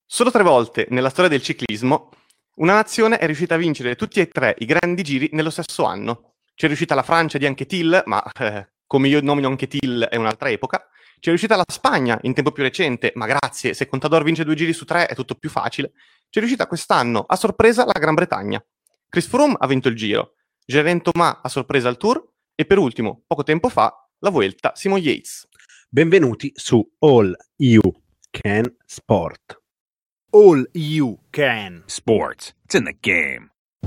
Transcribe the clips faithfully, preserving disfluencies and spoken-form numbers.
Solo tre volte nella storia del ciclismo una nazione è riuscita a vincere tutti e tre i grandi giri nello stesso anno. C'è riuscita la Francia di Anquetil, ma eh, come io nomino Anquetil è un'altra epoca. C'è riuscita la Spagna in tempo più recente, ma grazie, se Contador vince due giri su tre è tutto più facile. C'è riuscita quest'anno, a sorpresa, la Gran Bretagna. Chris Froome ha vinto il Giro, Geraint Thomas a sorpresa al Tour e per ultimo, poco tempo fa, la Vuelta Simon Yates. Benvenuti su All You Can Sport. All You Can Sports. It's in the game.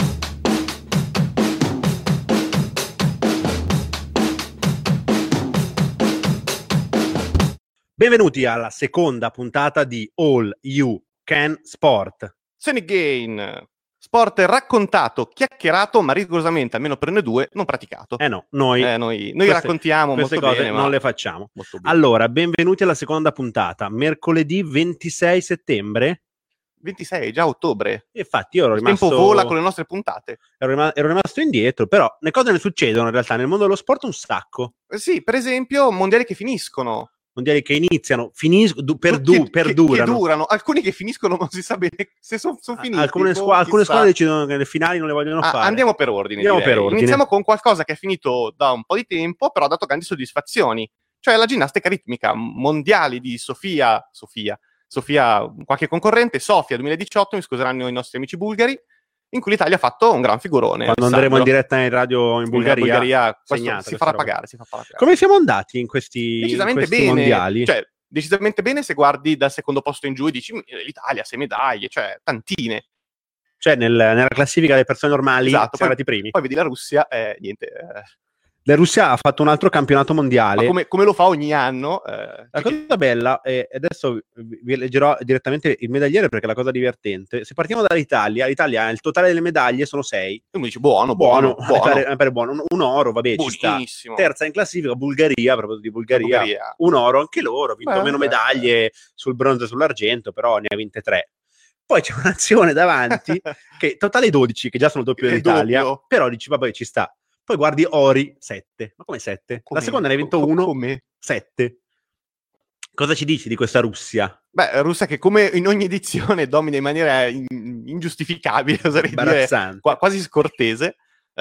Benvenuti alla seconda puntata di All You Can Sport. Sonic Gain, sport raccontato, chiacchierato, ma rigorosamente, almeno per noi due, non praticato. Eh no, noi, Eh, noi, noi queste, raccontiamo queste molto cose bene, non ma le facciamo. molto bene. Allora, benvenuti alla seconda puntata, mercoledì ventisei settembre. ventisei, già ottobre. Infatti io ero Il rimasto... tempo vola con le nostre puntate. Ero, rima- ero rimasto indietro, però le cose ne succedono in realtà nel mondo dello sport un sacco. Eh sì, per esempio, mondiali che finiscono. Mondiali che iniziano, finiscono, per Che- du- perdurano. Che, che durano. Alcuni che finiscono non si sa bene se sono son finiti. Alcune, boh, squa- alcune chissà. squadre decidono che le finali non le vogliono Ah, fare. andiamo per ordine. Andiamo direi. per ordine. Iniziamo con qualcosa che è finito da un po' di tempo, però ha dato grandi soddisfazioni. Cioè la ginnastica ritmica, mondiali di Sofia, Sofia, Sofia, qualche concorrente, Sofia duemiladiciotto, mi scuseranno i nostri amici bulgari, in cui l'Italia ha fatto un gran figurone. Quando andremo in diretta in radio in Bulgaria, Bulgaria questo segnata si questa farà roba. pagare, si fa pagare. Come siamo andati in questi, in Decisamente questi bene, mondiali? cioè decisamente bene se guardi dal secondo posto in giù e dici l'Italia, sei medaglie, cioè tantine. Cioè nel- nella classifica delle persone normali Esatto, siamo poi- arrivati i primi. Poi vedi la Russia, eh, niente. eh, La Russia ha fatto un altro campionato mondiale. ma come, come lo fa ogni anno? eh, La cioè, cosa bella, e adesso vi vi leggerò direttamente il medagliere perché è la cosa divertente. Se partiamo dall'Italia, l'Italia il totale delle medaglie sono sei. uno dice buono, buono, Buono, buono. mi pare- mi pare buono. Un, un oro, vabbè, ci sta. Buonissimo. Terza in classifica, Bulgaria, a proposito di Bulgaria, Bulgaria. un oro anche loro, ha vinto Beh, meno beh. medaglie sul bronzo e sull'argento, però ne ha vinte tre. Poi c'è una nazione davanti, che totale dodici, che già sono doppio È dell'Italia, doppio. però dici, vabbè, ci sta. Poi guardi Ori, sette. Ma come sette? Come? La seconda ne ha vinto Co- uno, come? sette. Cosa ci dici di questa Russia? Beh, Russia che come in ogni edizione domina in maniera in- ingiustificabile, oserei dire, Imbarazzante. qua- quasi scortese.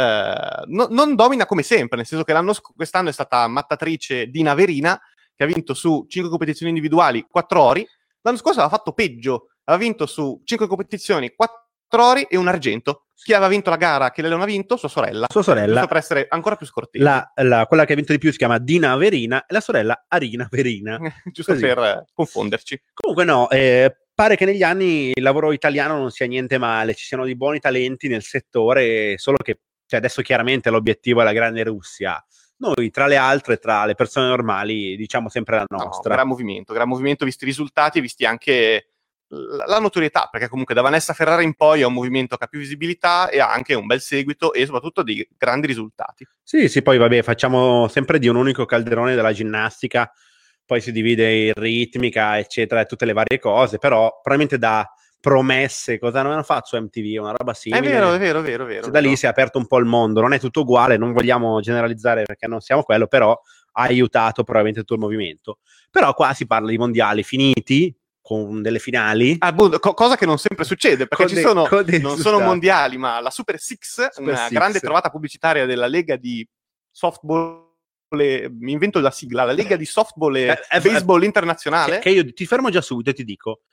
Eh, no- non domina come sempre, nel senso che l'anno sc- quest'anno è stata mattatrice Dina Verina, che ha vinto su cinque competizioni individuali quattro ori. L'anno scorso aveva fatto peggio, aveva vinto su cinque competizioni quattro ori e un argento. Chi aveva vinto la gara che lei non ha vinto? Sua sorella. Sua sorella. Giusto per essere ancora più scortesi. La, la- quella che ha vinto di più si chiama Dina Verina e la sorella Arina Verina. Giusto Così. per eh, confonderci. Comunque no, eh, pare che negli anni il lavoro italiano non sia niente male, ci siano dei buoni talenti nel settore, solo che cioè, adesso chiaramente l'obiettivo è la grande Russia. Noi tra le altre, tra le persone normali, diciamo sempre la No, no, nostra. gran movimento, gran movimento visti i risultati e visti anche la, la notorietà, perché comunque da Vanessa Ferrara in poi è un movimento che ha più visibilità e ha anche un bel seguito e soprattutto dei grandi risultati. Sì, sì, poi vabbè, facciamo sempre di un unico calderone della ginnastica, poi si divide in ritmica, eccetera, e tutte le varie cose, però probabilmente da promesse, cosa non hanno fatto su M T V, una roba simile. È vero, è vero, è vero, è vero. Da lì vero. si è aperto un po' il mondo, non è tutto uguale, non vogliamo generalizzare perché non siamo quello, però ha aiutato probabilmente tutto il movimento. Però qua si parla di mondiali finiti, con delle finali. Ah, boh, co- cosa che non sempre succede, perché Con ci dei- sono, con dei non sono risultati. mondiali, ma la Super Six, Super una Six. grande trovata pubblicitaria della Lega di softball, e- mi invento la sigla, la Lega di softball e Eh, eh, baseball eh, internazionale. Che, che io ti fermo già subito e ti dico,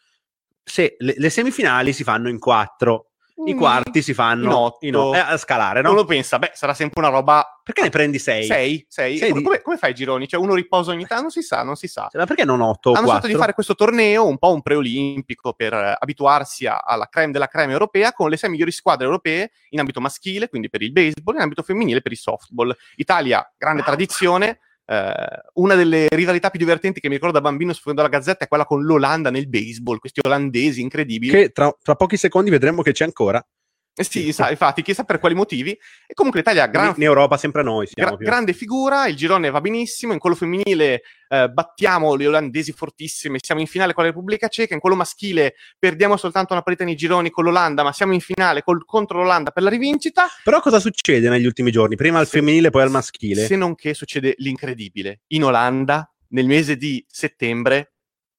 se le, le semifinali si fanno in quattro, i Mm, quarti si fanno in otto. in o- eh, a scalare, no? Uno pensa, beh, sarà sempre una roba. Perché ne prendi sei? Sei, sei. Sei di- Come, come fai i gironi? Cioè, uno riposa ogni tanto? Non si sa, non si sa. Ma perché non otto o Hanno scelto quattro? di fare questo torneo, un po' un preolimpico, per eh, abituarsi a- alla creme della creme europea, con le sei migliori squadre europee in ambito maschile, quindi per il baseball, e in ambito femminile per il softball. Italia, grande tradizione. eh, una delle rivalità più divertenti che mi ricordo da bambino sfogliando la Gazzetta è quella con l'Olanda nel baseball, questi olandesi incredibili. Che tra, tra pochi secondi vedremo che c'è ancora. Eh sì, sa- infatti, chissà per quali motivi. E comunque l'Italia ha gran in Europa sempre noi siamo Gra- più. grande figura, il girone va benissimo, in quello femminile eh, battiamo le olandesi fortissime, siamo in finale con la Repubblica Ceca, in quello maschile perdiamo soltanto una partita nei gironi con l'Olanda, ma siamo in finale col- contro l'Olanda per la rivincita. Però cosa succede negli ultimi giorni? Prima al Se- femminile, poi al maschile. Se non che succede l'incredibile. In Olanda, nel mese di settembre,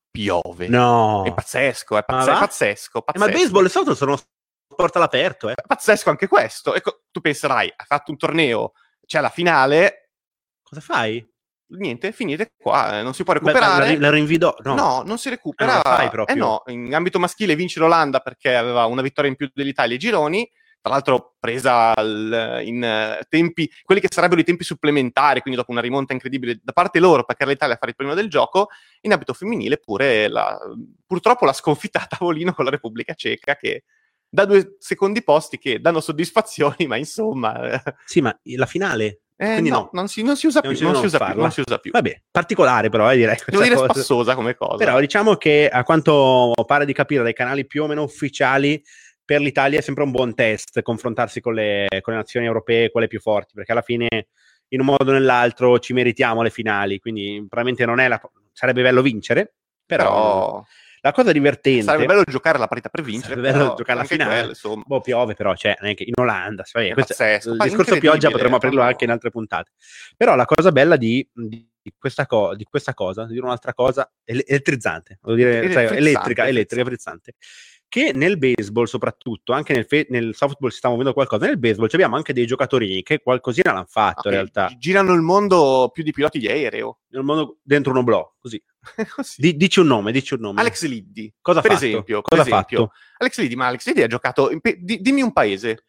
piove. No. È pazzesco, è, pazz- Ma è va? pazzesco, Eh, pazzesco. ma il baseball e il softball sono sport all'aperto, eh. È pazzesco anche questo. Ecco, tu penserai, hai fatto un torneo, c'è la finale, Cosa fai? niente, finite qua, eh, non si può Beh, ma recuperare. la, la rinvido? No. No, non si recupera. Ah, non la fai proprio. Eh no, in ambito maschile vince l'Olanda perché aveva una vittoria in più dell'Italia ai gironi, tra l'altro presa al- in eh, tempi, quelli che sarebbero i tempi supplementari, quindi dopo una rimonta incredibile da parte loro, perché era l'Italia a fare il primo del gioco. In ambito femminile pure la, purtroppo la sconfitta a tavolino con la Repubblica Ceca, che dà due secondi posti che danno soddisfazioni, ma insomma... eh, Sì, ma la finale? eh, Quindi no, no. Non, si, non si usa Non più, ci non devono si usa più, farla. non si usa più. Vabbè, particolare però, eh, direi. Devo questa dire cosa. spassosa come cosa. Però diciamo che a quanto pare di capire dai canali più o meno ufficiali, per l'Italia è sempre un buon test confrontarsi con le, con le nazioni europee, quelle più forti, perché alla fine in un modo o nell'altro ci meritiamo le finali, quindi probabilmente non è la... sarebbe bello vincere, però, Però la cosa divertente... sarebbe bello giocare la partita per vincere. Sarebbe bello però giocare la anche finale. quello, insomma. Boh, piove però, cioè, non è che in Olanda, vabbè, È questo- pazzesco. il Ma discorso incredibile, pioggia potremmo aprirlo quando- anche in altre puntate. Però la cosa bella di, di questa, co- di questa cosa, di dire un'altra cosa, ele- elettrizzante, vuol dire, Ele- sai, frizzante, elettrica, elettrica, frizzante, che nel baseball soprattutto, anche nel, fe- nel softball si sta muovendo qualcosa, nel baseball ci abbiamo anche dei giocatori che qualcosina l'hanno fatto Ok, in realtà, gi- girano il mondo più di piloti di aereo. nel mondo dentro un oblò, così. Così. Di- dici un nome, dici un nome. Alex Liddy, cosa ha per fatto? esempio. Cosa per ha esempio. fatto? Alex Liddy, ma Alex Liddy ha giocato... in pe- di- dimmi un paese.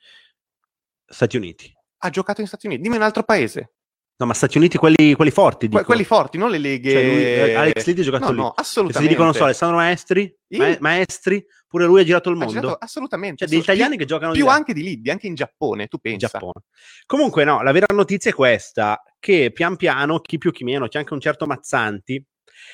Stati Uniti. Ha giocato in Stati Uniti. Dimmi un altro paese. No, ma Stati Uniti quelli, quelli forti, dico. Que- quelli forti, non le leghe... Cioè, lui- eh, Alex Liddy ha giocato no, lì. No, Se ti assolutamente. dicono, non so, Alessandro Maestri, Sì. Ma- Maestri, pure lui ha girato il Ha mondo. girato- assolutamente. Cioè, degli Assolut- italiani più, che giocano più di là. anche di Liddy, anche in Giappone, tu pensa. Giappone. Comunque, no, la vera notizia è questa, che pian piano, chi più chi meno, c'è anche un certo Mazzanti,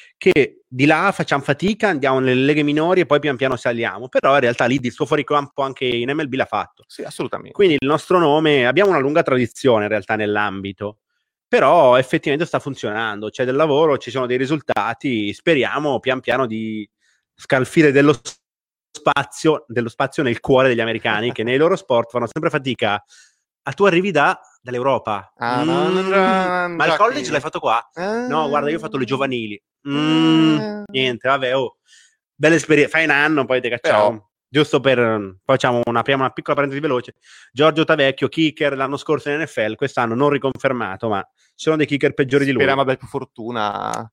che di là facciamo fatica, andiamo nelle leghe minori e poi pian piano saliamo, però in realtà lì il suo fuoricampo anche in M L B l'ha fatto. Sì, assolutamente. Quindi il nostro nome, abbiamo una lunga tradizione in realtà nell'ambito, però effettivamente sta funzionando, c'è del lavoro, ci sono dei risultati, speriamo pian piano di scalfire dello spazio, dello spazio nel cuore degli americani, che nei loro sport fanno sempre fatica. A tu arrivi da, dall'Europa. Ah, no, Mm, no, no, ma il già college che- l'hai fatto qua? Ah. No, guarda, io ho fatto le giovanili. Mm, Ah. niente, vabbè, oh. Bella esperienza. Fai un anno, poi ti cacciamo. Però- Giusto per... Poi facciamo una, apriamo una piccola parentesi veloce. Giorgio Tavecchio, kicker l'anno scorso in N F L, quest'anno non riconfermato, ma ci sono dei kicker peggiori di lui. Speriamo abbia più fortuna.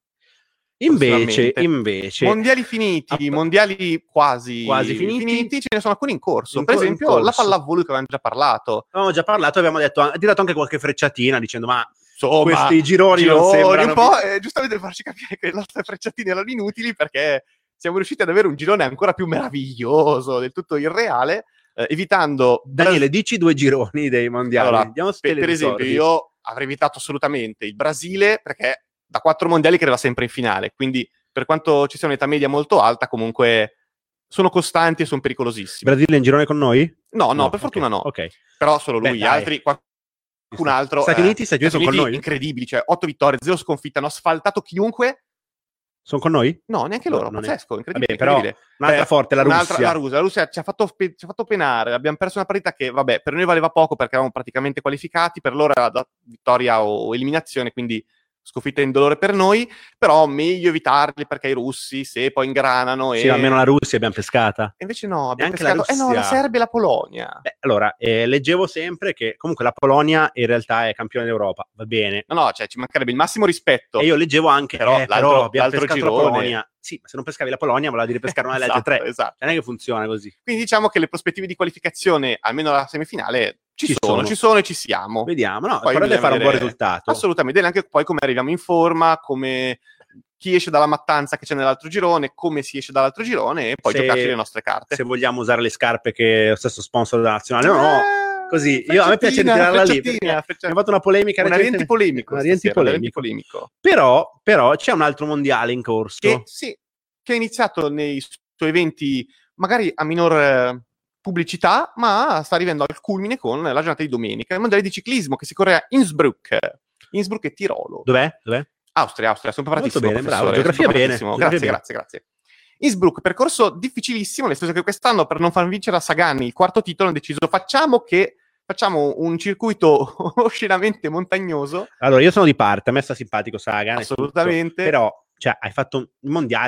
Invece, prossimamente. invece... Mondiali finiti, App- mondiali quasi, Quasi finiti. ce ne sono alcuni in corso. In per co- in esempio, corso. la pallavolo che avevamo già parlato. Avevamo già parlato, abbiamo detto, ha tirato anche qualche frecciatina dicendo, ma Insomma, questi gironi, non gironi, sembrano... un po', eh, giustamente per farci capire che le nostre frecciatine erano inutili, perché siamo riusciti ad avere un girone ancora più meraviglioso, del tutto irreale, eh, evitando... Daniele, dici due gironi dei mondiali. Allora, Andiamo su per, te le per esempio, ricordi. io avrei evitato assolutamente il Brasile, perché da quattro mondiali che arriva sempre in finale, quindi per quanto ci sia un'età media molto alta, comunque sono costanti e sono pericolosissimi. Brasile in girone con noi? No, no, per ok, fortuna no. Ok. Però solo Beh, lui, dai. altri, qualcun altro... Stati eh, Uniti, Stati Uniti sono con noi? incredibili, cioè otto vittorie, zero sconfitte, hanno asfaltato chiunque. Sono con noi? No, neanche No, loro, non è- pazzesco, incredibile. Vabbè, però incredibile. un'altra Eh, forte, la Russia. un'altra- la Russia. La Russia ci ha fatto, pe- ci ha fatto penare, abbiamo perso una partita che, vabbè, per noi valeva poco perché eravamo praticamente qualificati, per loro era da vittoria o eliminazione, quindi sconfitta in dolore per noi, però meglio evitarli perché i russi, se poi ingranano e... Sì, almeno la Russia abbiamo pescata. E invece no, abbiamo Neanche la pescato... Eh no, la Russia. Serbia e la Polonia. Beh, allora, eh, leggevo sempre che comunque la Polonia in realtà è campione d'Europa, va bene. No, no, cioè ci mancherebbe il massimo rispetto. E io leggevo anche, Però eh, l'altro- però abbiamo l'altro pescato la girone- Polonia. Sì, ma se non pescavi la Polonia voleva dire pescare una delle altre Esatto, tre. esatto. Non è che funziona così. Quindi diciamo che le prospettive di qualificazione, almeno alla semifinale, ci, Ci sono, sono. ci sono e ci siamo. Vediamo, no, Poi vorrebbe bisogna fare un buon vedere- risultato. Assolutamente, vedere anche poi come arriviamo in forma, come chi esce dalla mattanza che c'è nell'altro girone, come si esce dall'altro girone e poi Se- giocarci le nostre carte. Se vogliamo usare le scarpe che è lo stesso sponsor della nazionale, no, no. Eh, Così, io- a me piace frecciatina, ritirarla lì, frecciatina, perché freccia- abbiamo fatto una polemica un recente- rienti polemico. un rienti stasera, un polemico. rienti polemico. Però, però c'è un altro mondiale in corso. Che, sì, che è iniziato nei suoi eventi magari a minor eh, pubblicità, ma sta arrivando al culmine con la giornata di domenica, il mondiale di ciclismo che si corre a Innsbruck. Innsbruck e Tirolo. Dov'è? Dov'è? Austria, Austria, sono preparatissimo. Molto bene, bravo, professore, geografia sono bene, preparatissimo. geografia Grazie, grazie, grazie. Innsbruck, percorso difficilissimo, nel senso che quest'anno per non far vincere a Sagani il quarto titolo hanno deciso facciamo che facciamo un circuito oscenamente montagnoso. Allora, io sono di parte, a me sta simpatico Sagan. e Assolutamente. tutto, però, cioè, hai fatto un mondiale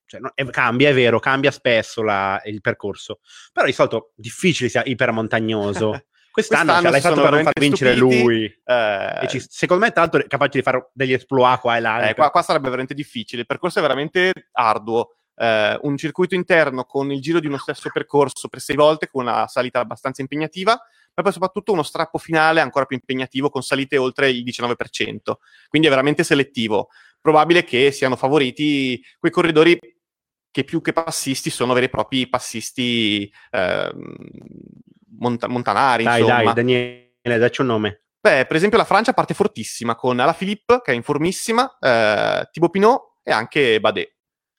cioè, no, è, cambia, è vero, cambia spesso la, il percorso, però di solito difficile sia ipermontagnoso. Quest'anno, Quest'anno cioè, l'hai si fatto sono per non far veramente vincere stupiti, lui. eh, E ci, secondo me, tanto è capace di fare degli exploit qua e là. eh, qua, qua sarebbe veramente difficile. Il percorso è veramente arduo. Eh, un circuito interno con il giro di uno stesso percorso per sei volte, con una salita abbastanza impegnativa, ma poi soprattutto uno strappo finale ancora più impegnativo con salite oltre il diciannove per cento. Quindi è veramente selettivo. Probabile che siano favoriti quei corridori che più che passisti sono veri e propri passisti eh, mont- montanari, Dai, insomma. dai, Daniele, dacci un nome. Beh, per esempio la Francia parte fortissima con Alaphilippe, che è in formissima, eh, Thibaut Pinot e anche Badè.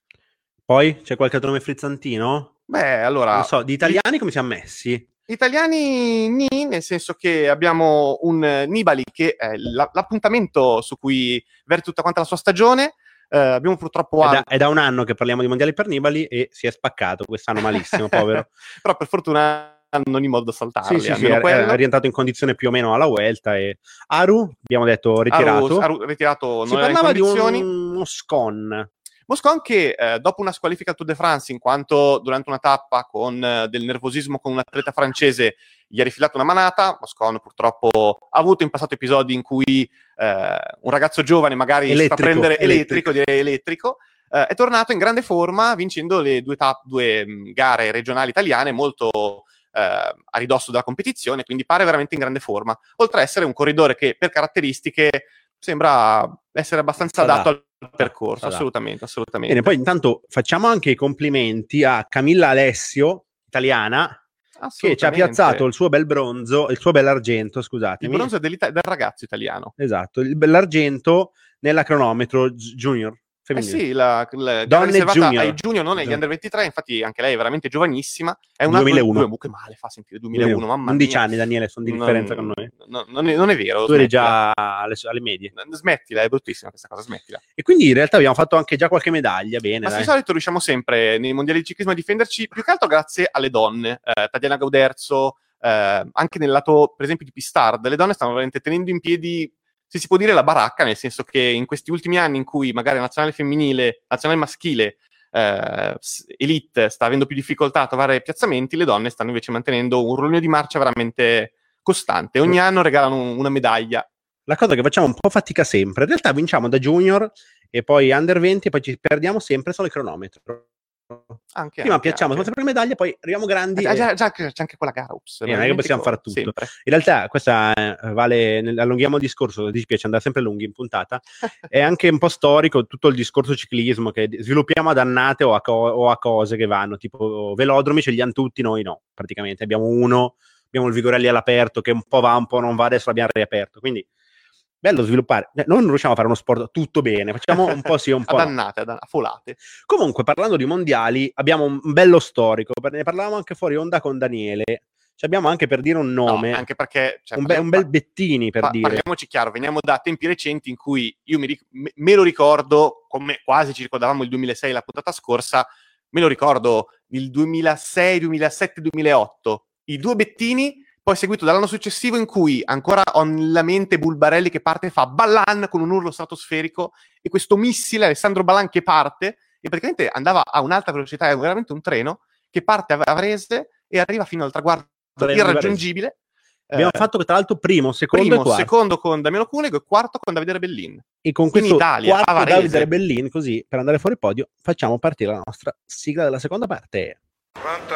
Poi c'è qualche altro nome frizzantino? Beh, allora... Non so, di italiani come siamo messi? Italiani nì, nel senso che abbiamo un eh, Nibali che è la- l'appuntamento su cui verte tutta quanta la sua stagione. Eh, abbiamo purtroppo... È da, Al- è da un anno che parliamo di mondiali per Nibali e si è spaccato quest'anno malissimo, povero. Però per fortuna hanno in modo da saltarli. Sì, sì, sì, almeno è, quello. è rientrato in condizione più o meno alla Vuelta. E Aru, abbiamo detto, ritirato. Aru, Aru ritirato, Si non era in parlava di condizioni. un- uno scon. Moscon che eh, dopo una squalifica al Tour de France, in quanto durante una tappa con eh, del nervosismo con un atleta francese gli ha rifilato una manata, Moscon purtroppo ha avuto in passato episodi in cui eh, un ragazzo giovane magari Elettrico, si fa prendere elettrico. elettrico, direi elettrico, eh, è tornato in grande forma vincendo le due, tap- due mh, gare regionali italiane molto eh, a ridosso della competizione, quindi pare veramente in grande forma, oltre a essere un corridore che per caratteristiche sembra essere abbastanza adatto al percorso, adatto. assolutamente, assolutamente. Bene, poi intanto facciamo anche i complimenti a Camilla Alessio, italiana, che ci ha piazzato il suo bel bronzo, il suo bell'argento, scusatemi. Il bronzo è dell'Ita- del ragazzo italiano. Esatto, il bell'argento nella cronometro gi- junior. Eh femminile. sì, la, la gara Donne riservata junior. ai junior, non agli Esatto. under ventitré, infatti anche lei è veramente giovanissima. È una duemilauno. Due, che male fa sentire duemilauno, mamma undici mia. anni, Daniele, sono di differenza non, con noi. no, non, è, non è vero. Tu eri smettila. già alle, alle medie. Smettila, è bruttissima questa cosa, smettila. E quindi in realtà abbiamo fatto anche già qualche medaglia, bene. Ma dai. di solito riusciamo sempre nei mondiali di ciclismo a difenderci, più che altro grazie alle donne. Eh, Tatiana Gauderzo, eh, anche nel lato, per esempio, di Pistard, le donne stanno veramente tenendo in piedi, se si può dire, la baracca, nel senso che in questi ultimi anni in cui magari la nazionale femminile, la nazionale maschile, eh, elite, sta avendo più difficoltà a trovare piazzamenti, le donne stanno invece mantenendo un ruolino di marcia veramente costante. Ogni anno regalano un- una medaglia. La cosa che facciamo un po' fatica sempre, in realtà vinciamo da junior e poi under venti e poi ci perdiamo sempre solo il cronometro. Anche, Prima anche, piacciamo anche. sempre le medaglie, poi arriviamo grandi. Eh, e- già, già, c'è anche quella gara, ups, Eh, me non la è che possiamo dimentico fare tutto. sempre. In realtà questa eh, vale, nel- allunghiamo il discorso, ti piace andare sempre lunghi in puntata, è anche un po' storico tutto il discorso ciclismo che sviluppiamo ad annate o a, co- o a cose che vanno, tipo velodromi ce li hanno tutti, noi no, praticamente abbiamo uno, abbiamo il Vigorelli all'aperto che un po' va, un po' non va, adesso l'abbiamo riaperto, quindi bello sviluppare. Eh, Noi non riusciamo a fare uno sport tutto bene, facciamo un po' sì, un po' no. Adannate, ad- a folate. Comunque, parlando di mondiali, abbiamo un bello storico, per- ne parlavamo anche fuori onda con Daniele, ci abbiamo anche per dire un nome, No, anche perché... Cioè, un, be- parliamo- un bel Bettini per pa- dire. Parliamoci chiaro, veniamo da tempi recenti in cui io mi ric- me, me lo ricordo, come quasi ci ricordavamo il duemilasei, la puntata scorsa, me lo ricordo il duemilasei, duemilasette, duemilaotto. I due Bettini, poi seguito dall'anno successivo in cui ancora ho nella mente Bulbarelli che parte e fa Ballan con un urlo stratosferico e questo missile Alessandro Ballan che parte e praticamente andava a un'alta velocità, è veramente un treno che parte a Varese e arriva fino al traguardo Treno di irraggiungibile. Abbiamo Eh, fatto tra l'altro primo, secondo primo, e quarto. secondo con Damiano Cunego e quarto con Davide Rebellin. E con in questo Italia, a quarto Varese. Davide Rebellin, così, per andare fuori podio, facciamo partire la nostra sigla della seconda parte. Pronto?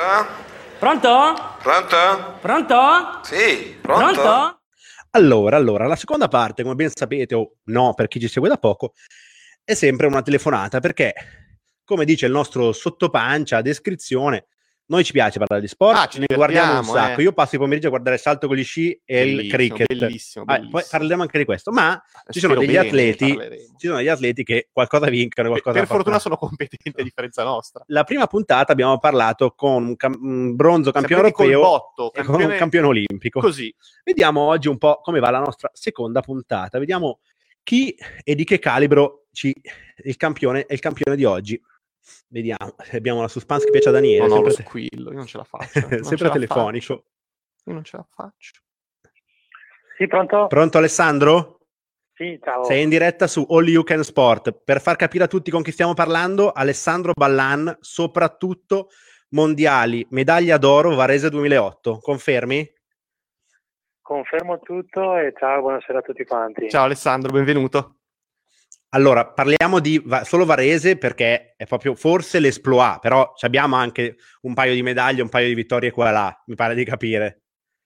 Pronto? Pronto? Pronto? Sì, pronto? Pronto? Allora, allora, la seconda parte, come ben sapete, o no, per chi ci segue da poco, è sempre una telefonata, perché, come dice il nostro sottopancia, descrizione, noi ci piace parlare di sport, Ah, ci ne guardiamo un divertiamo, sacco. eh. Io passo i pomeriggi a guardare il salto con gli sci e il Bellissimo, cricket. bellissimo, Ah, poi bellissimo. parleremo anche di questo, ma ci sono Spero degli bene, atleti, parleremo. ci sono degli atleti che qualcosa vincono e Per, qualcosa per fortuna fanno. sono competenti a differenza nostra. La prima puntata abbiamo parlato con un, cam- un bronzo campione Sempre di europeo col botto, e con un campione olimpico. Così. Vediamo oggi un po' come va la nostra seconda puntata. Vediamo chi e di che calibro ci il campione è il campione di oggi. Vediamo, abbiamo la suspense che piace a Daniele. Non ho lo sempre te- squillo, io non ce la faccio. non ce sempre la telefonico. faccio. Io non ce la faccio. Sì, pronto? Pronto Alessandro? Sì, ciao. Sei in diretta su All You Can Sport. Per far capire a tutti con chi stiamo parlando, Alessandro Ballan, soprattutto mondiali, medaglia d'oro Varese duemilaotto. Confermi? Confermo tutto e ciao, buonasera a tutti quanti. Ciao Alessandro, benvenuto. Allora, parliamo di va- solo Varese perché è proprio forse l'esploit, però ci abbiamo anche un paio di medaglie, un paio di vittorie qua e là, mi pare di capire.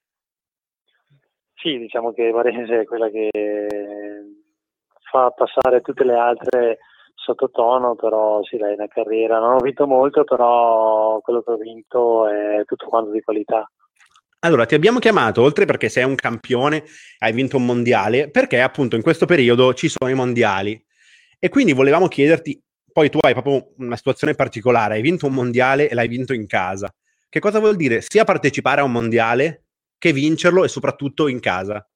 Sì, diciamo che Varese è quella che fa passare tutte le altre sottotono, però sì, lei è una carriera. Non ho vinto molto, però quello che ho vinto è tutto quanto di qualità. Allora, ti abbiamo chiamato, oltre perché sei un campione, hai vinto un mondiale, perché appunto in questo periodo ci sono i mondiali. E quindi volevamo chiederti, poi tu hai proprio una situazione particolare, hai vinto un mondiale e l'hai vinto in casa. Che cosa vuol dire sia partecipare a un mondiale che vincerlo e soprattutto in casa?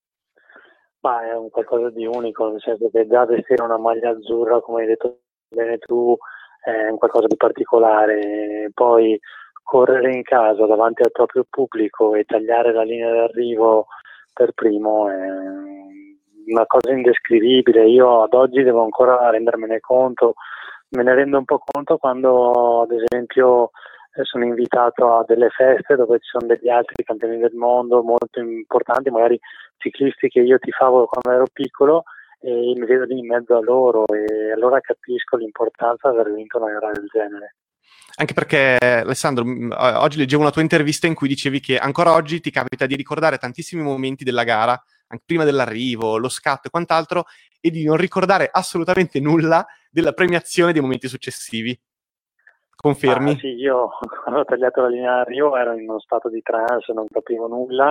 Ma è un qualcosa di unico, nel senso che già vestire una maglia azzurra, come hai detto bene tu, è un qualcosa di particolare. Poi correre in casa davanti al proprio pubblico e tagliare la linea d'arrivo per primo è una cosa indescrivibile. Io ad oggi devo ancora rendermene conto, me ne rendo un po' conto quando ad esempio sono invitato a delle feste dove ci sono degli altri campioni del mondo molto importanti, magari ciclisti che io tifavo quando ero piccolo, e mi vedo lì in mezzo a loro e allora capisco l'importanza di aver vinto una gara del genere. Anche perché, Alessandro, mh, oggi leggevo una tua intervista in cui dicevi che ancora oggi ti capita di ricordare tantissimi momenti della gara, anche prima dell'arrivo, lo scatto e quant'altro, e di non ricordare assolutamente nulla della premiazione dei momenti successivi. Confermi? Ah, sì, io quando ho tagliato la linea d'arrivo ero in uno stato di trance, non capivo nulla,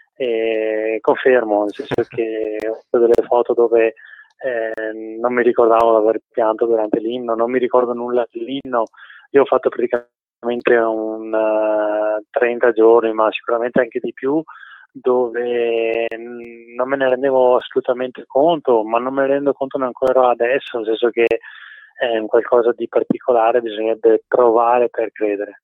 e confermo, nel senso che ho fatto delle foto dove eh, non mi ricordavo di aver pianto durante l'inno, non mi ricordo nulla dell'inno. Io ho fatto praticamente un uh, trenta giorni, ma sicuramente anche di più, dove mh, non me ne rendevo assolutamente conto, ma non me ne rendo conto ancora adesso, nel senso che è un qualcosa di particolare, bisognerebbe provare per credere.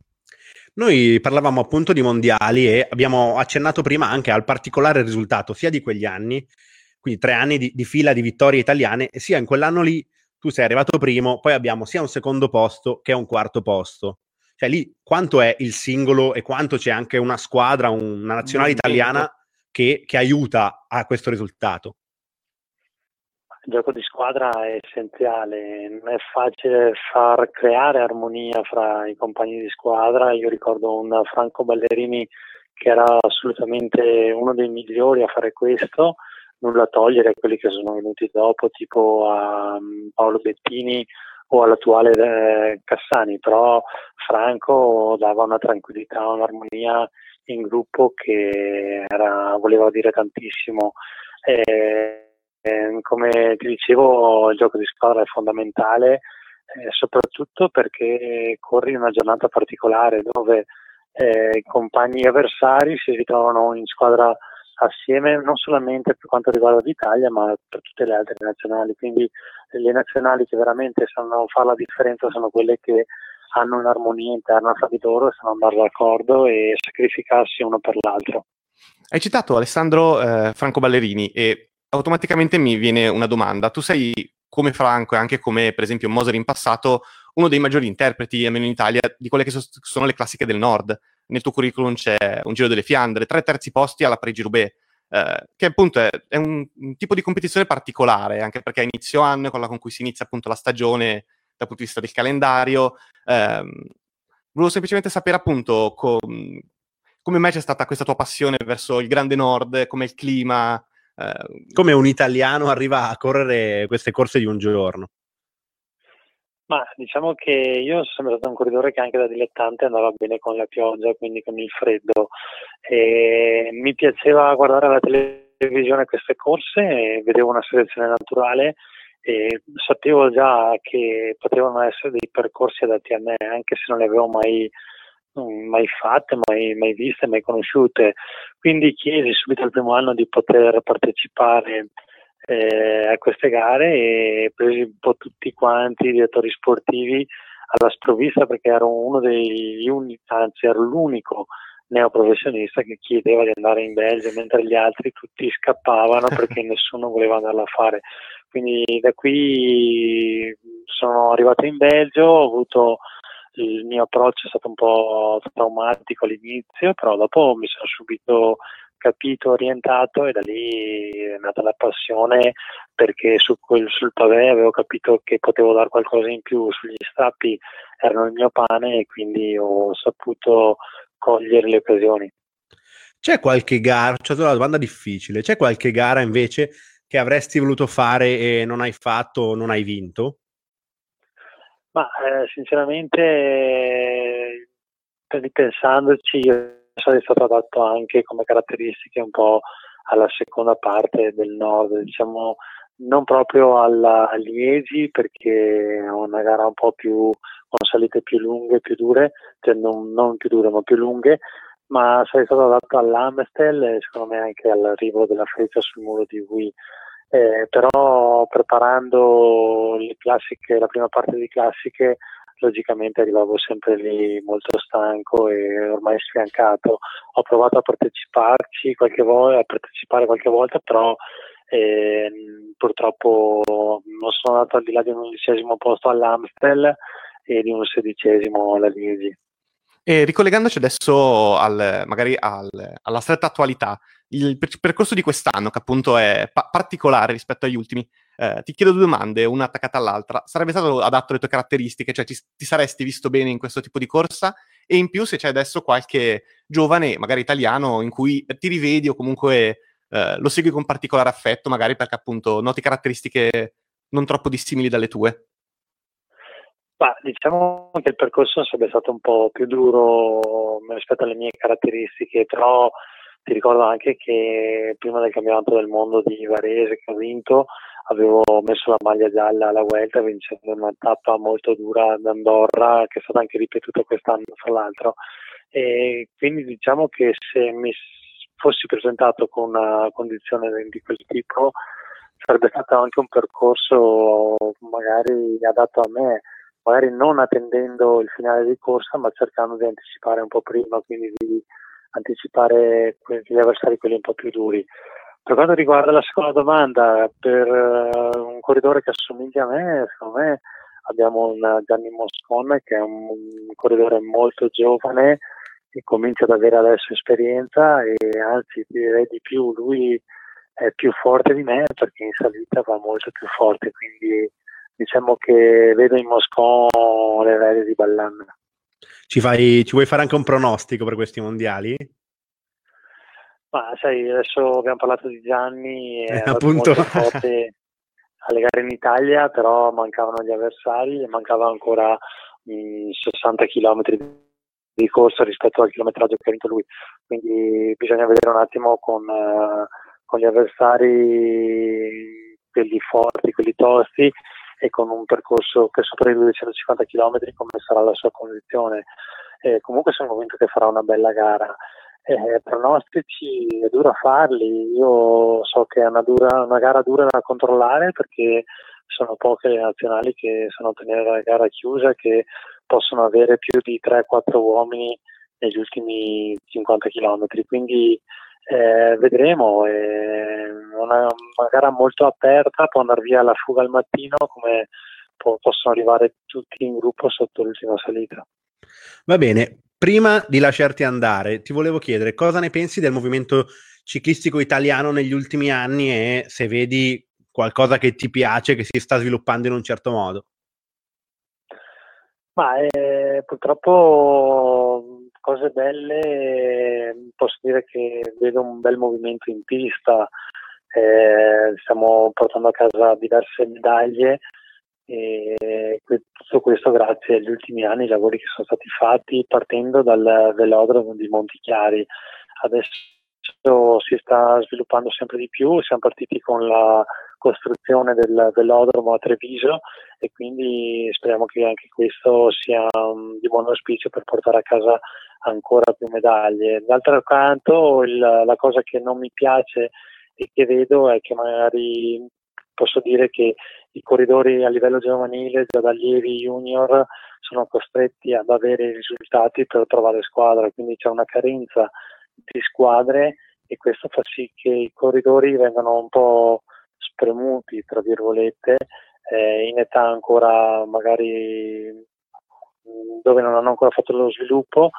Noi parlavamo appunto di mondiali e abbiamo accennato prima anche al particolare risultato sia di quegli anni, quindi tre anni di, di fila di vittorie italiane, e sia in quell'anno lì tu sei arrivato primo, poi abbiamo sia un secondo posto che un quarto posto. Cioè lì quanto è il singolo e quanto c'è anche una squadra, una nazionale italiana che, che aiuta a questo risultato? Il gioco di squadra è essenziale, non è facile far creare armonia fra i compagni di squadra. Io ricordo un Franco Ballerini che era assolutamente uno dei migliori a fare questo, nulla a togliere a quelli che sono venuti dopo, tipo a um, Paolo Bettini o all'attuale eh, Cassani, però Franco dava una tranquillità, un'armonia in gruppo che era, voleva dire tantissimo. Eh, Eh, come ti dicevo, il gioco di squadra è fondamentale, eh, soprattutto perché corri in una giornata particolare dove eh, i compagni avversari si ritrovano in squadra assieme, non solamente per quanto riguarda l'Italia, ma per tutte le altre nazionali. Quindi le nazionali che veramente sanno fare la differenza sono quelle che hanno un'armonia interna fra di loro, sanno andare d'accordo e sacrificarsi uno per l'altro. Hai citato Alessandro eh, Franco Ballerini e automaticamente mi viene una domanda. Tu sei, come Franco e anche come per esempio Moser in passato, uno dei maggiori interpreti, almeno in Italia, di quelle che so- sono le classiche del nord. Nel tuo curriculum c'è un Giro delle Fiandre, tre terzi posti alla Parigi-Roubaix, eh, che appunto è, è un, un tipo di competizione particolare, anche perché a inizio anno è quella con cui si inizia appunto la stagione dal punto di vista del calendario. Eh, volevo semplicemente sapere appunto co- come mai c'è stata questa tua passione verso il grande nord, come il clima. Eh... Come un italiano arriva a correre queste corse di un giorno? Ma diciamo che io sono sempre stato un corridore che anche da dilettante andava bene con la pioggia, quindi con il freddo, e mi piaceva guardare alla televisione queste corse e vedevo una selezione naturale e sapevo già che potevano essere dei percorsi adatti a me, anche se non li avevo mai, mai fatte, mai, mai viste, mai conosciute. Quindi chiesi subito al primo anno di poter partecipare Eh, a queste gare e presi un po' tutti quanti i direttori sportivi alla sprovvista, perché ero uno degli unici, anzi ero l'unico neoprofessionista che chiedeva di andare in Belgio, mentre gli altri tutti scappavano perché nessuno voleva andarla a fare. Quindi da qui sono arrivato in Belgio, ho avuto il mio approccio è stato un po' traumatico all'inizio, però dopo mi sono subito capito, orientato, e da lì è nata la passione, perché su quel, sul pavé avevo capito che potevo dare qualcosa in più, sugli strappi erano il mio pane e quindi ho saputo cogliere le occasioni. C'è qualche gara, cioè una domanda difficile, c'è qualche gara invece che avresti voluto fare e non hai fatto o non hai vinto? Ma eh, sinceramente, eh, ripensandoci, io sarei stato adatto anche come caratteristiche un po' alla seconda parte del nord, diciamo non proprio alla, a Liegi, perché è una gara un po' più con salite più lunghe, più dure, cioè non, non più dure ma più lunghe, ma sarei stato adatto all'Amstel e secondo me anche all'arrivo della freccia sul muro di Huy. Eh, però preparando le classiche, la prima parte di classiche, logicamente arrivavo sempre lì molto stanco e ormai sfiancato. Ho provato a parteciparci qualche volta, a partecipare qualche volta, però eh, purtroppo non sono andato al di là di un undicesimo posto all'Amstel e di un sedicesimo alla Liegi. E ricollegandoci adesso al, magari al, alla stretta attualità, il per- percorso di quest'anno, che appunto è pa- particolare rispetto agli ultimi, eh, ti chiedo due domande, una attaccata all'altra. Sarebbe stato adatto alle tue caratteristiche, cioè ti, ti saresti visto bene in questo tipo di corsa? E in più se c'è adesso qualche giovane, magari italiano, in cui ti rivedi o comunque eh, lo segui con particolare affetto, magari perché appunto noti caratteristiche non troppo dissimili dalle tue? Ma diciamo che il percorso sarebbe stato un po' più duro rispetto alle mie caratteristiche, però ti ricordo anche che prima del campionato del mondo di Varese che ho vinto avevo messo la maglia gialla alla Vuelta vincendo una tappa molto dura ad Andorra, che è stata anche ripetuta quest'anno fra l'altro, e quindi diciamo che se mi fossi presentato con una condizione di quel tipo sarebbe stato anche un percorso magari adatto a me, magari non attendendo il finale di corsa, ma cercando di anticipare un po' prima, quindi di anticipare gli avversari quelli un po' più duri. Per quanto riguarda la seconda domanda, per uh, un corridore che assomiglia a me, secondo me abbiamo un Gianni Moscon che è un, un corridore molto giovane e comincia ad avere adesso esperienza, e anzi ti direi di più, lui è più forte di me perché in salita va molto più forte, quindi diciamo che vedo in Moscon le vele di Ballan. Ci, fai, ci vuoi fare anche un pronostico per questi mondiali? Ma sai, adesso abbiamo parlato di Gianni, è Eh, andato appunto. molto forte alle gare in Italia, però mancavano gli avversari e mancava ancora mh, sessanta chilometri di corsa rispetto al chilometraggio che ha vinto lui, quindi bisogna vedere un attimo con, uh, con gli avversari, quelli forti, quelli tosti, e con un percorso che supera i duecentocinquanta chilometri come sarà la sua condizione. Eh, comunque sono convinto che farà una bella gara. Eh, pronostici è duro farli, io so che è una, dura, una gara dura da controllare perché sono poche le nazionali che sanno tenere la gara chiusa, che possono avere più di tre quattro uomini negli ultimi cinquanta chilometri, quindi eh, vedremo, è una, una gara molto aperta, può andare via la fuga al mattino come po- possono arrivare tutti in gruppo sotto l'ultima salita. Va bene, prima di lasciarti andare ti volevo chiedere cosa ne pensi del movimento ciclistico italiano negli ultimi anni e se vedi qualcosa che ti piace, che si sta sviluppando in un certo modo. Ma eh, purtroppo cose belle, posso dire che vedo un bel movimento in pista, eh, stiamo portando a casa diverse medaglie e tutto questo grazie agli ultimi anni, ai lavori che sono stati fatti partendo dal velodromo di Montichiari. Adesso si sta sviluppando sempre di più, siamo partiti con la costruzione del velodromo a Treviso e quindi speriamo che anche questo sia um, di buon auspicio per portare a casa ancora più medaglie. D'altro canto il, la cosa che non mi piace e che vedo è che magari posso dire che i corridori a livello giovanile, già da allievi junior, sono costretti ad avere i risultati per trovare squadra, quindi c'è una carenza di squadre e questo fa sì che i corridori vengano un po' spremuti, tra virgolette, eh, in età ancora magari dove non hanno ancora fatto lo sviluppo,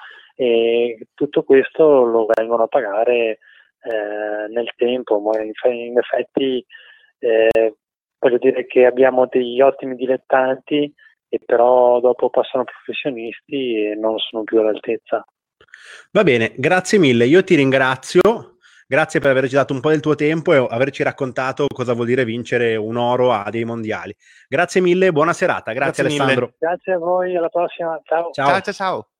e tutto questo lo vengono a pagare eh, nel tempo. Ma in, in effetti eh, voglio dire che abbiamo degli ottimi dilettanti e però dopo passano professionisti e non sono più all'altezza. Va bene, grazie mille, io ti ringrazio, grazie per averci dato un po' del tuo tempo e averci raccontato cosa vuol dire vincere un oro a dei mondiali. Grazie mille, buona serata, grazie, grazie Alessandro. Mille. Grazie a voi, alla prossima, ciao. Ciao, ciao, ciao. ciao.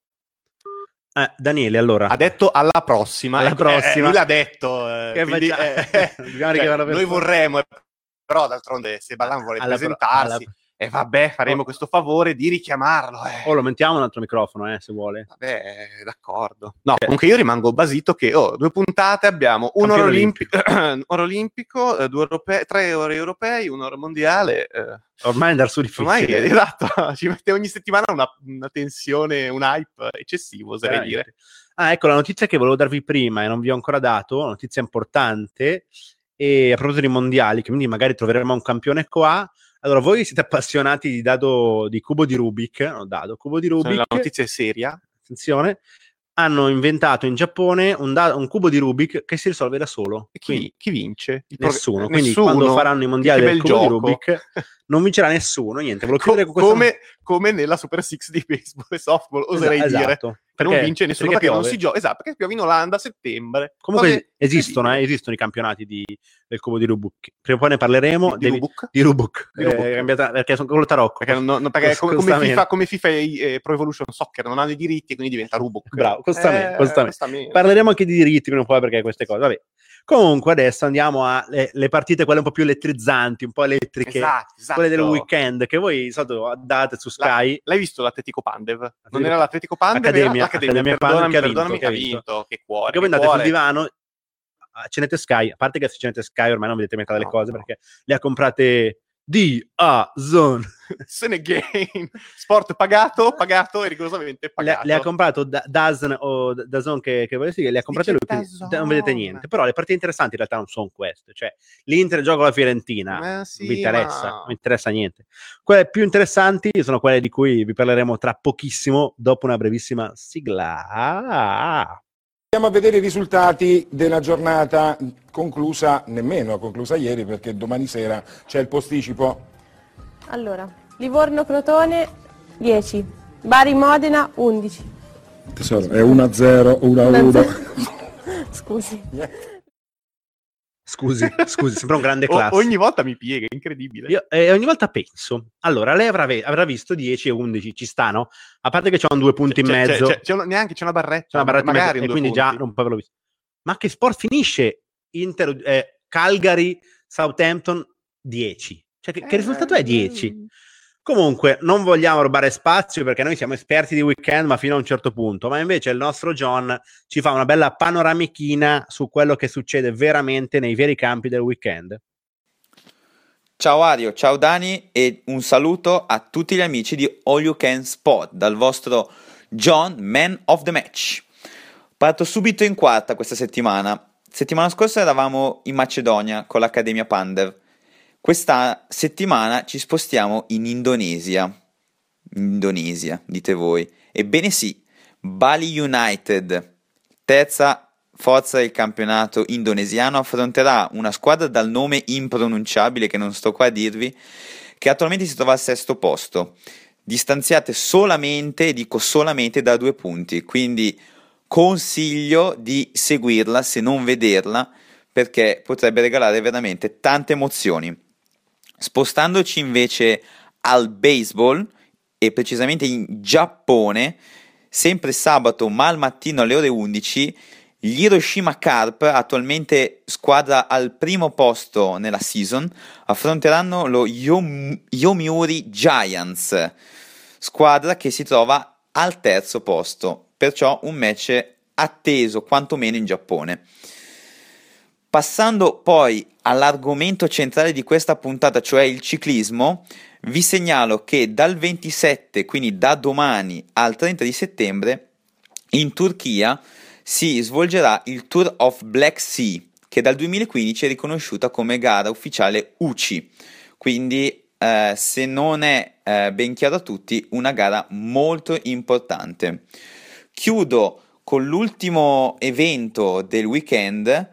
Eh, Daniele, allora. Ha detto alla prossima. Alla ecco, prossima. Eh, lui l'ha detto. Eh, che quindi, eh, cioè, noi vorremmo, però d'altronde se Ballan vuole alla presentarsi... Alla... E eh, vabbè, faremo oh. questo favore di richiamarlo. Eh. Oh, lo mettiamo un altro microfono, eh, se vuole. Vabbè, d'accordo. No, eh. comunque io rimango basito che oh, due puntate abbiamo un oro olimpico, oro olimpico, due europei, tre ori europei, un oro mondiale. Eh. Ormai andare su difficile. Ormai, esatto, ci mette ogni settimana una, una tensione, un hype eccessivo, oserei dire. Ah, ecco, la notizia che volevo darvi prima e non vi ho ancora dato, una notizia importante, e a proposito di mondiali, che quindi magari troveremo un campione qua. Allora, voi siete appassionati di dado di cubo di Rubik, no, dado, cubo di Rubik. La notizia è seria. Attenzione. Hanno inventato in Giappone un, da- un cubo di Rubik che si risolve da solo. E chi, quindi, chi vince? Il nessuno. Pro- Quindi nessuno. Quando faranno i mondiali del cubo gioco. di Rubik non vincerà nessuno. Niente, volevo Co- chiudere con questa... come, come nella Super Six di baseball e softball, oserei esatto, dire. Esatto. Perché, non vince nessuno perché, perché non si gioca. Esatto, perché piove in Olanda a settembre. Comunque Vabbè, esistono, eh, esistono i campionati di, del cubo di Rubik. Prima o poi ne parleremo. Di, di Rubik? Di Rubik. Di Rubik. Eh, perché sono con lo tarocco. Perché, no, no, perché come, come, FIFA, come FIFA e eh, Pro Evolution Soccer non hanno i diritti e quindi diventa Rubik. Bravo, costa eh, meno, costa costa meno. Parleremo anche di diritti prima o poi perché queste cose. Vabbè. Comunque adesso andiamo alle le partite, quelle un po' più elettrizzanti, un po' elettriche, esatto, esatto. quelle del weekend che voi di solito date su Sky. La, l'hai visto l'Atletico Pandev? Non Atletico, era l'Atletico Pandev, Accademia, l'Accademia, Accademia perdonami, Pandev, perdonami che ha vinto, che ha vinto, che cuore. Perché voi andate sul divano, accendete Sky, a parte che se accendete Sky ormai non vedete metà delle no, cose no. perché le ha comprate D A Z N Senegame Sport pagato, pagato e rigorosamente pagato. Le, le ha comprato da, Dazn o Dazn che, che vuole dire, le ha comprate lui, quindi non vedete niente. Però le partite interessanti in realtà non sono queste. Cioè, l'Inter gioca la Fiorentina, eh sì, non mi interessa, ma... non mi interessa niente. Quelle più interessanti sono quelle di cui vi parleremo tra pochissimo, dopo una brevissima sigla. Ah. Andiamo a vedere i risultati della giornata conclusa, nemmeno conclusa ieri, perché domani sera c'è il posticipo. Allora, Livorno-Crotone dieci, Bari-Modena undici. Tesoro, è uno a zero, uno a uno. Scusi. Scusi, scusi, sembra un grande classico. O, ogni volta mi piega, è incredibile. Io eh, ogni volta penso, allora, lei avrà, avrà visto dieci e undici, ci sta, no? A parte che c'hanno due punti c'è, in mezzo. C'è, c'è, c'è una, neanche c'è una barretta. C'è una barretta magari mezzo, e quindi punti. Già non può averlo visto. Ma che sport finisce? Inter, eh, Calgary, Southampton, dieci. Cioè, che, eh, che risultato è dieci? Comunque, non vogliamo rubare spazio perché noi siamo esperti di weekend, ma fino a un certo punto. Ma invece il nostro John ci fa una bella panoramichina su quello che succede veramente nei veri campi del weekend. Ciao Ario, ciao Dani e un saluto a tutti gli amici di All You Can Spot dal vostro John, Man of the Match. Parto subito in quarta questa settimana. Settimana scorsa eravamo in Macedonia con l'Accademia Pandev. Questa settimana ci spostiamo in Indonesia. Indonesia, dite voi. Ebbene sì, Bali United, terza forza del campionato indonesiano, affronterà una squadra dal nome impronunciabile che non sto qua a dirvi, che attualmente si trova al sesto posto, distanziate solamente, dico solamente, da due punti, quindi consiglio di seguirla se non vederla, perché potrebbe regalare veramente tante emozioni. Spostandoci invece al baseball, e precisamente in Giappone, sempre sabato ma al mattino alle ore undici, gli Hiroshima Carp, attualmente squadra al primo posto nella season, affronteranno lo Yom- Yomiuri Giants, squadra che si trova al terzo posto, perciò un match atteso quantomeno in Giappone. Passando poi all'argomento centrale di questa puntata, cioè il ciclismo, vi segnalo che dal ventisette, quindi da domani al trenta di settembre, in Turchia si svolgerà il Tour of Black Sea, che dal duemilaquindici è riconosciuta come gara ufficiale U C I. Quindi, eh, se non è eh, ben chiaro a tutti, una gara molto importante. Chiudo con l'ultimo evento del weekend,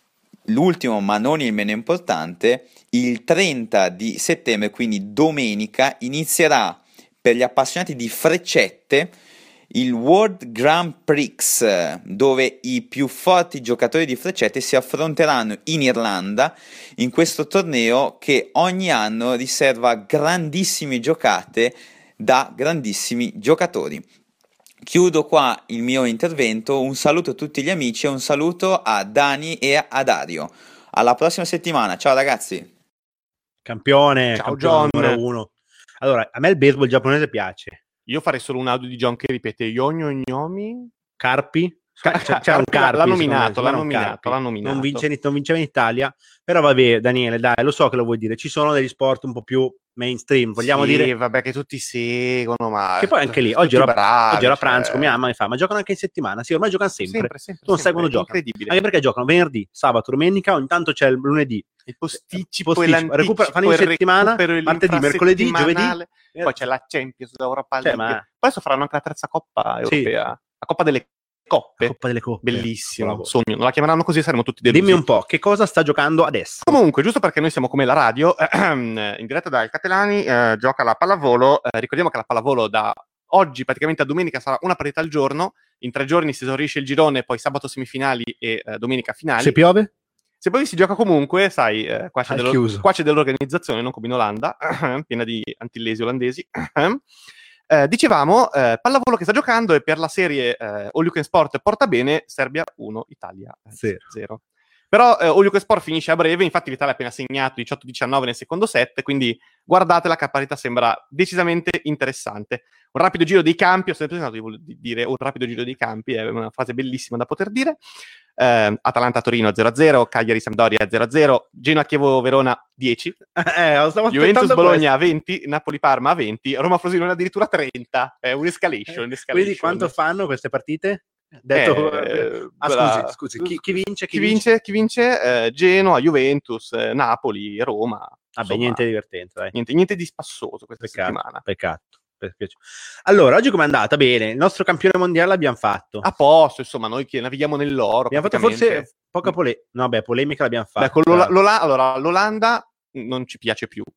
l'ultimo ma non il meno importante. Il trenta di settembre, quindi domenica, inizierà per gli appassionati di freccette il World Grand Prix, dove i più forti giocatori di freccette si affronteranno in Irlanda in questo torneo che ogni anno riserva grandissime giocate da grandissimi giocatori. Chiudo qua il mio intervento, un saluto a tutti gli amici e un saluto a Dani e a Dario. Alla prossima settimana, ciao ragazzi! Campione, Ciao, campione John. numero uno. Allora, a me il baseball giapponese piace. Io farei solo un audio di John che ripete Yonyo Gnomi. Carpi? C'è, c'è, c'è un Carpi, l'ha secondo nominato, me, l'ha non nominato, Carpi. l'ha nominato. Non, vince, non vinceva in Italia, però vabbè, Daniele, dai, lo so che lo vuoi dire. Ci sono degli sport un po' più mainstream, vogliamo sì, dire. vabbè, che tutti seguono, ma Che poi anche lì, oggi tutti era, bravi, oggi era cioè... pranzo, come mamma mi fa, ma giocano anche in settimana? Sì, ormai giocano sempre. sempre, sempre non sempre, sai quando giocano. Incredibile. Anche perché giocano venerdì, sabato, domenica, ogni tanto c'è il lunedì. Il posticipo, posticipo e l'anticipo, recupera, fanno in il settimana, recupero, il martedì, mercoledì, giovedì. Poi c'è la Champions, l'Europa Cioè, League. ma... Poi adesso faranno anche la terza Coppa Sì. Europea. La Coppa delle Coppe. La Coppa delle Coppe. Bellissimo, Bravo. sogno. Non la chiameranno così, saremo tutti delusi. Dimmi un po', che cosa sta giocando adesso? Comunque, giusto perché noi siamo come la radio, in diretta dal Castellani, eh, gioca la pallavolo. Eh, ricordiamo che la pallavolo da oggi praticamente a domenica sarà una partita al giorno. In tre giorni si esaurisce il girone, poi sabato semifinali e eh, domenica finali. Se piove? Se poi si gioca comunque, sai, eh, qua, c'è Al dello- chiuso. qua c'è dell'organizzazione, non come in Olanda, piena di antillesi olandesi. Eh, dicevamo, eh, pallavolo che sta giocando e per la serie eh, All You Can Sport porta bene Serbia uno, Italia zero. Però eh, All You Can Sport finisce a breve, infatti l'Italia ha appena segnato diciotto diciannove nel secondo set, quindi guardatela che la partita sembra decisamente interessante. Un rapido giro dei campi, ho sempre pensato di dire un rapido giro dei campi, è una frase bellissima da poter dire. Eh, Atalanta-Torino zero a zero, Cagliari-Sampdoria zero a zero, Genoa-Chievo-Verona dieci, Eh, stavo Juventus-Bologna a venti, Napoli-Parma a venti, Roma-Frosinone addirittura trenta, è un'escalation, un'escalation. Quindi quanto fanno queste partite? Detto, Eh, ah, bra- scusi, scusi, chi, chi vince? Chi vince? Chi vince? Eh, Genoa, Juventus, eh, Napoli, Roma. Vabbè, Insomma, niente di divertente, dai. niente, niente di spassoso questa Peccato, settimana. peccato. per piacere. Allora, oggi com'è andata? Bene, il nostro campione mondiale l'abbiamo fatto. A posto, insomma, noi che navighiamo nell'oro. Abbiamo fatto praticamente. forse poca polemica. No, beh, polemica l'abbiamo fatta. Beh, con l'Ola- l'Ola- allora, l'Olanda non ci piace più.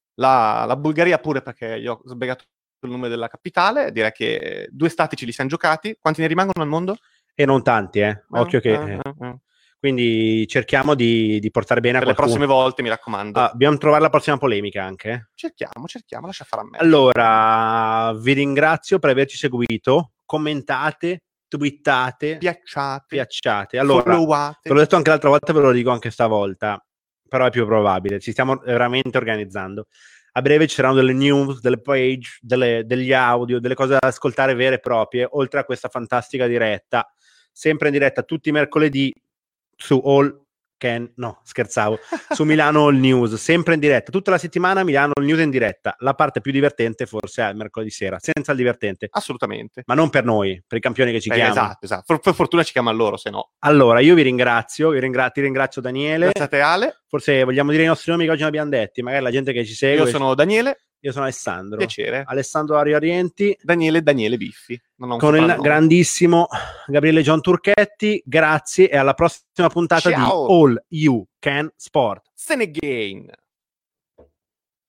La, la Bulgaria pure, perché io ho sbagliato il nome della capitale. Direi che due stati ce li siamo giocati. Quanti ne rimangono al mondo? E non tanti, eh. Occhio che... Eh, eh, eh. Quindi cerchiamo di, di portare bene Per a le qualcuno. prossime volte, mi raccomando. Ah, dobbiamo trovare la prossima polemica anche. eh. Cerchiamo, cerchiamo, lascia fare a me. Allora, vi ringrazio per averci seguito. Commentate, twittate, Piacciate, piacciate. Allora, followate. te l'ho detto anche l'altra volta, ve lo dico anche stavolta, però è più probabile. Ci stiamo veramente organizzando. A breve ci saranno delle news, delle page, delle, degli audio, delle cose da ascoltare vere e proprie, oltre a questa fantastica diretta. Sempre in diretta tutti i mercoledì su All Can, no, scherzavo, su Milano All News, sempre in diretta, tutta la settimana Milano All News in diretta. La parte più divertente forse è il mercoledì sera, senza il divertente. Assolutamente. Ma non per noi, per i campioni che ci Beh, chiamano. esatto, esatto. For- per fortuna ci chiamano loro, se no. Allora, io vi ringrazio, vi ringra- ti ringrazio Daniele. Grazie a te, Ale. Forse vogliamo dire i nostri nomi che oggi non abbiamo detti, magari la gente che ci segue. Io sono Daniele. Io sono Alessandro. Piacere. Alessandro Ario Orienti. Daniele Daniele Biffi. Non ho un Con il soprannome. grandissimo Gabriele John Turchetti. Grazie e alla prossima puntata Ciao. di All You Can Sport. Senegane.